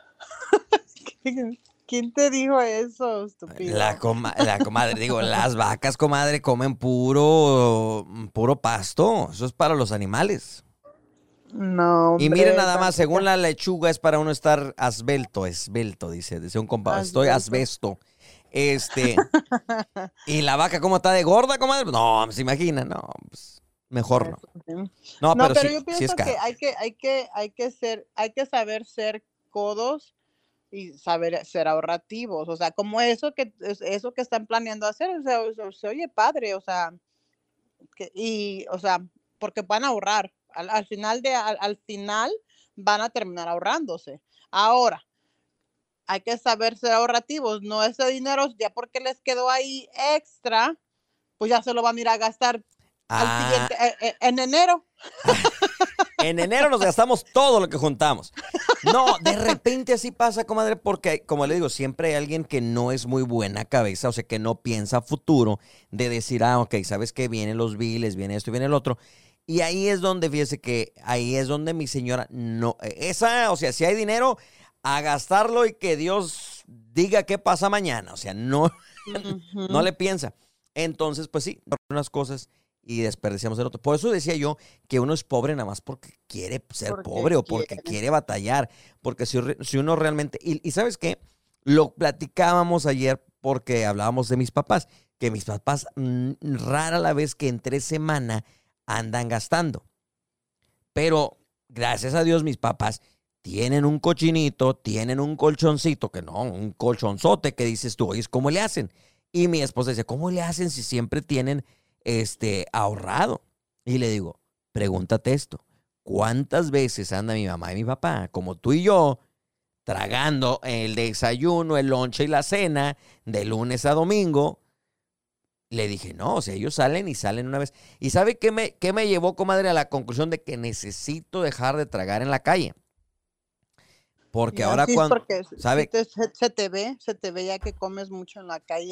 ¿Quién te dijo eso, estúpido? La comadre, digo, las vacas, comadre, comen puro pasto. Eso es para los animales. No, hombre. Y miren nada más, según la lechuga es para uno estar esbelto, dice un compa. Estoy asbesto. Y la vaca, ¿cómo está de gorda, comadre? No, se imagina, no, pues, mejor no. No, pero sí, yo pienso sí es caro. que hay que saber ser codos y saber ser ahorrativos, o sea, como eso que están planeando hacer, o sea, se oye padre, o sea, o sea, porque van a ahorrar, al final van a terminar ahorrándose. Ahora, hay que saber ser ahorrativos, no ese dinero ya porque les quedó ahí extra, pues ya se lo van a ir a gastar al siguiente, en enero. En enero nos gastamos todo lo que juntamos. No, de repente así pasa, comadre, porque, como le digo, siempre hay alguien que no es muy buena cabeza, o sea, que no piensa a futuro de decir, ok, ¿sabes qué? Vienen los biles, viene esto y viene el otro. Y ahí es donde, fíjese que ahí es donde mi señora no, o sea, si hay dinero, a gastarlo y que Dios diga qué pasa mañana, o sea, no, no le piensa. Entonces, pues sí, unas cosas y desperdiciamos el otro. Por eso decía yo que uno es pobre nada más porque quiere ser pobre o porque quiere batallar. Porque si uno realmente... Y ¿sabes qué? Lo platicábamos ayer porque hablábamos de mis papás. Que mis papás rara la vez que entre semana andan gastando. Pero gracias a Dios mis papás tienen un cochinito, tienen un colchoncito, que no, un colchonzote que dices tú, oye, ¿cómo le hacen? Y mi esposa dice, ¿cómo le hacen si siempre tienen ahorrado? Y le digo, pregúntate esto, ¿cuántas veces anda mi mamá y mi papá, como tú y yo, tragando el desayuno, el lonche y la cena de lunes a domingo? Le dije, no, o sea, ellos salen y salen una vez. ¿Y sabe qué me llevó, comadre, a la conclusión de que necesito dejar de tragar en la calle? Porque ahora sí, cuando, porque ¿sabe? se te ve ya que comes mucho en la calle.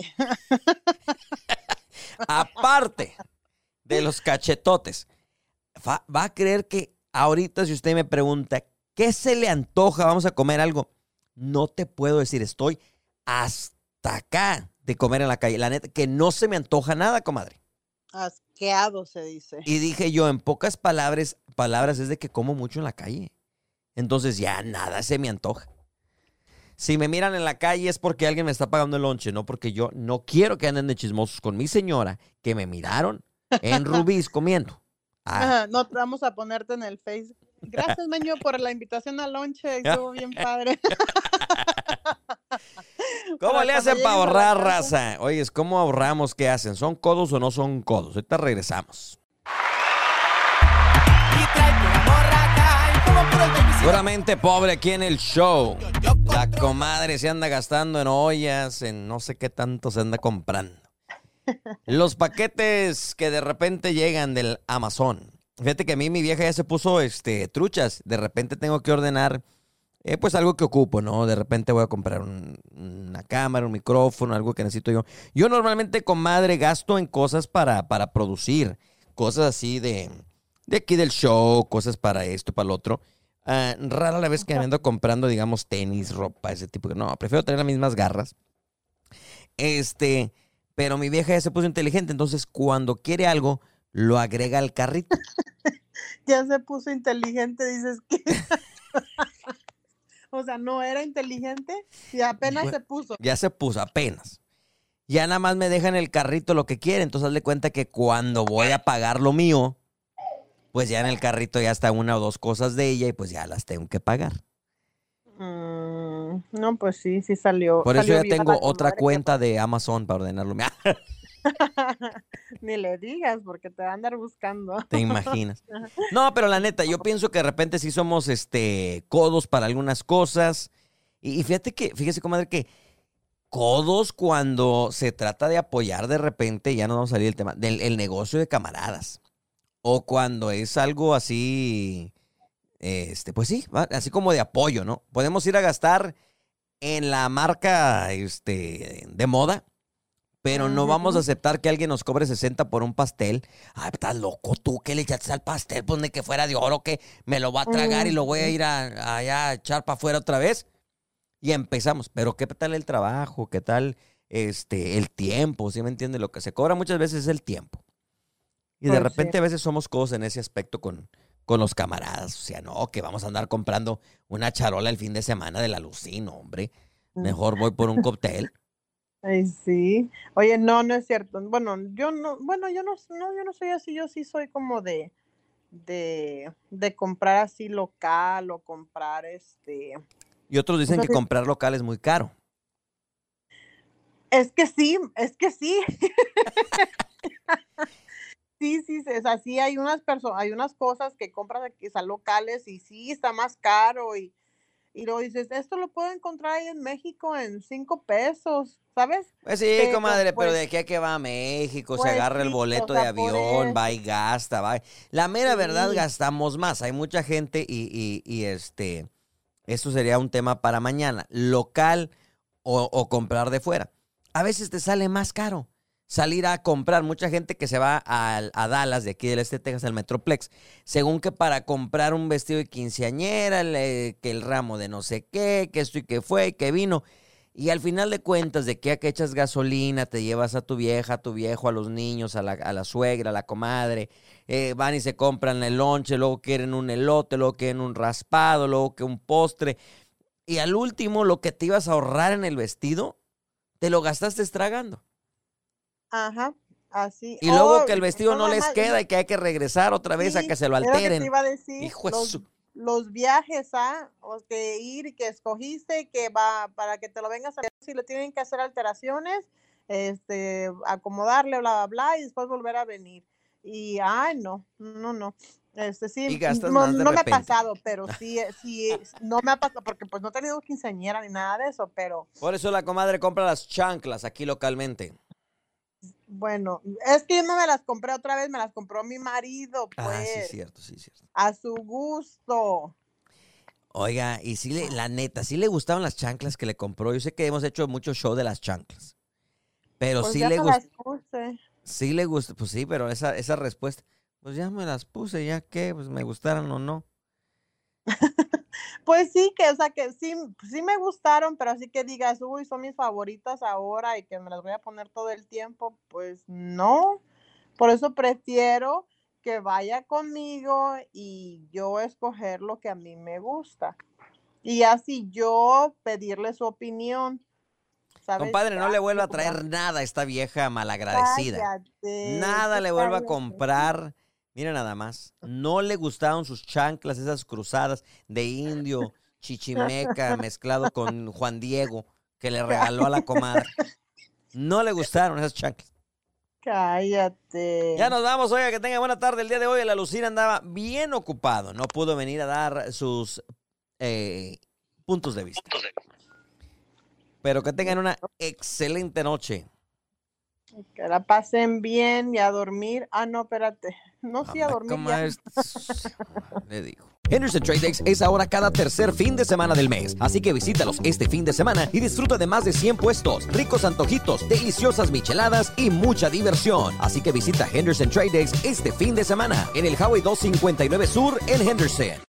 Aparte de los cachetotes, va a creer que ahorita si usted me pregunta, ¿qué se le antoja? Vamos a comer algo. No te puedo decir, estoy hasta acá de comer en la calle. La neta, que no se me antoja nada, comadre. Asqueado se dice. Y dije yo, en pocas palabras es de que como mucho en la calle. Entonces ya nada se me antoja. Si me miran en la calle es porque alguien me está pagando el lonche, no porque yo no quiero que anden de chismosos con mi señora, que me miraron en Rubí's comiendo. No, vamos a ponerte en el Face. Gracias, Meño, por la invitación al lonche. Estuvo bien padre. ¿Cómo le hacen para ahorrar, raza? Oye, ¿cómo ahorramos? ¿Qué hacen? ¿Son codos o no son codos? Ahorita regresamos. Seguramente pobre aquí en el show. La comadre se anda gastando en ollas, en no sé qué tanto se anda comprando. Los paquetes que de repente llegan del Amazon. Fíjate que a mí mi vieja ya se puso truchas. De repente tengo que ordenar pues algo que ocupo, ¿no? De repente voy a comprar una cámara, un micrófono, algo que necesito yo. Yo normalmente, comadre, gasto en cosas para producir. Cosas así de aquí del show, cosas para esto, para lo otro. Rara la vez que me ando comprando, digamos, tenis, ropa, ese tipo. No, prefiero tener las mismas garras. Pero mi vieja ya se puso inteligente, entonces cuando quiere algo, lo agrega al carrito. Ya se puso inteligente, dices que... O sea, no era inteligente y apenas se puso. Ya se puso, apenas. Ya nada más me deja en el carrito lo que quiere, entonces hazle cuenta que cuando voy a pagar lo mío, pues ya en el carrito ya está una o dos cosas de ella y pues ya las tengo que pagar. No, pues sí salió. Por eso salió ya tengo otra cuenta de Amazon para ordenarlo. Ni le digas porque te va a andar buscando. ¿Te imaginas? No, pero la neta, yo pienso que de repente sí somos codos para algunas cosas. Y fíjese, comadre, que codos cuando se trata de apoyar de repente, ya nos vamos a salir del tema, el negocio de camaradas. O cuando es algo así, pues sí, así como de apoyo, ¿no? Podemos ir a gastar en la marca de moda, pero no vamos a aceptar que alguien nos cobre 60 por un pastel. Ay, estás loco tú, ¿qué le echaste al pastel? Pues ni que fuera de oro, que me lo voy a tragar y lo voy a ir allá a echar para afuera otra vez. Y empezamos. Pero ¿qué tal el trabajo? ¿Qué tal el tiempo? ¿Sí me entiende? Lo que se cobra muchas veces es el tiempo. Y de repente a veces somos codos en ese aspecto con los camaradas. O sea, no, que vamos a andar comprando una charola el fin de semana de la Lucín, hombre. Mejor voy por un cóctel. Ay, sí. Oye, no es cierto. Bueno, yo no soy así. Yo sí soy como de comprar así local o comprar Y otros dicen que comprar local es muy caro. Es que sí. Sí, o sea, sí hay unas cosas que compras aquí, son locales y sí está más caro y luego dices, esto lo puedo encontrar ahí en México en 5 pesos, ¿sabes? Pues sí, comadre, pero de aquí a que va a México, se agarra el boleto de avión, va y gasta, va. La mera verdad, gastamos más. Hay mucha gente y eso sería un tema para mañana. Local o comprar de fuera. A veces te sale más caro salir a comprar. Mucha gente que se va a Dallas, de aquí del este de Texas, al Metroplex, según que para comprar un vestido de quinceañera, que el ramo de no sé qué, que esto y que fue, que vino. Y al final de cuentas, de que a que echas gasolina, te llevas a tu vieja, a tu viejo, a los niños, a la suegra, a la comadre, van y se compran el lonche, luego quieren un elote, luego quieren un raspado, luego que un postre. Y al último, lo que te ibas a ahorrar en el vestido, te lo gastaste estragando. Ajá, así. Y luego que el vestido no les queda y que hay que regresar otra vez a que se lo alteren. Te iba a decir, los viajes, o que ir y que escogiste, que va para que te lo vengas a ver, si le tienen que hacer alteraciones, acomodarle, bla, bla, bla, y después volver a venir. Y, no. Sí, no me ha pasado, pero sí, no me ha pasado, porque pues no he tenido quinceañera ni nada de eso, pero... Por eso la comadre compra las chanclas aquí localmente. Bueno, es que yo no me las compré otra vez, me las compró mi marido, pues. Sí, cierto. A su gusto. Oiga, y la neta, sí le gustaban las chanclas que le compró. Yo sé que hemos hecho mucho show de las chanclas, pero pues sí ya le gusta. Sí le gusta, pues sí, pero esa respuesta, pues ya me las puse, ya que, pues me gustaran o no. Pues sí, que sí me gustaron, pero así que digas, uy, son mis favoritas ahora y que me las voy a poner todo el tiempo, pues no. Por eso prefiero que vaya conmigo y yo escoger lo que a mí me gusta. Y así yo pedirle su opinión. ¿Sabes? Compadre, no le vuelva a traer nada a esta vieja malagradecida. Cállate, nada le vuelva a comprar. Mira nada más, no le gustaron sus chanclas, esas cruzadas de indio, chichimeca, mezclado con Juan Diego, que le regaló a la comadre. No le gustaron esas chanclas. Cállate. Ya nos vamos, oiga, que tenga buena tarde. El día de hoy la Lucina andaba bien ocupado, no pudo venir a dar sus puntos de vista. Pero que tengan una excelente noche. Que la pasen bien y a dormir. No, espérate. No, sí, a dormir Le digo. Henderson Trade Days es ahora cada tercer fin de semana del mes. Así que visítalos este fin de semana y disfruta de más de 100 puestos, ricos antojitos, deliciosas micheladas y mucha diversión. Así que visita Henderson Trade Days este fin de semana en el Highway 259 Sur en Henderson.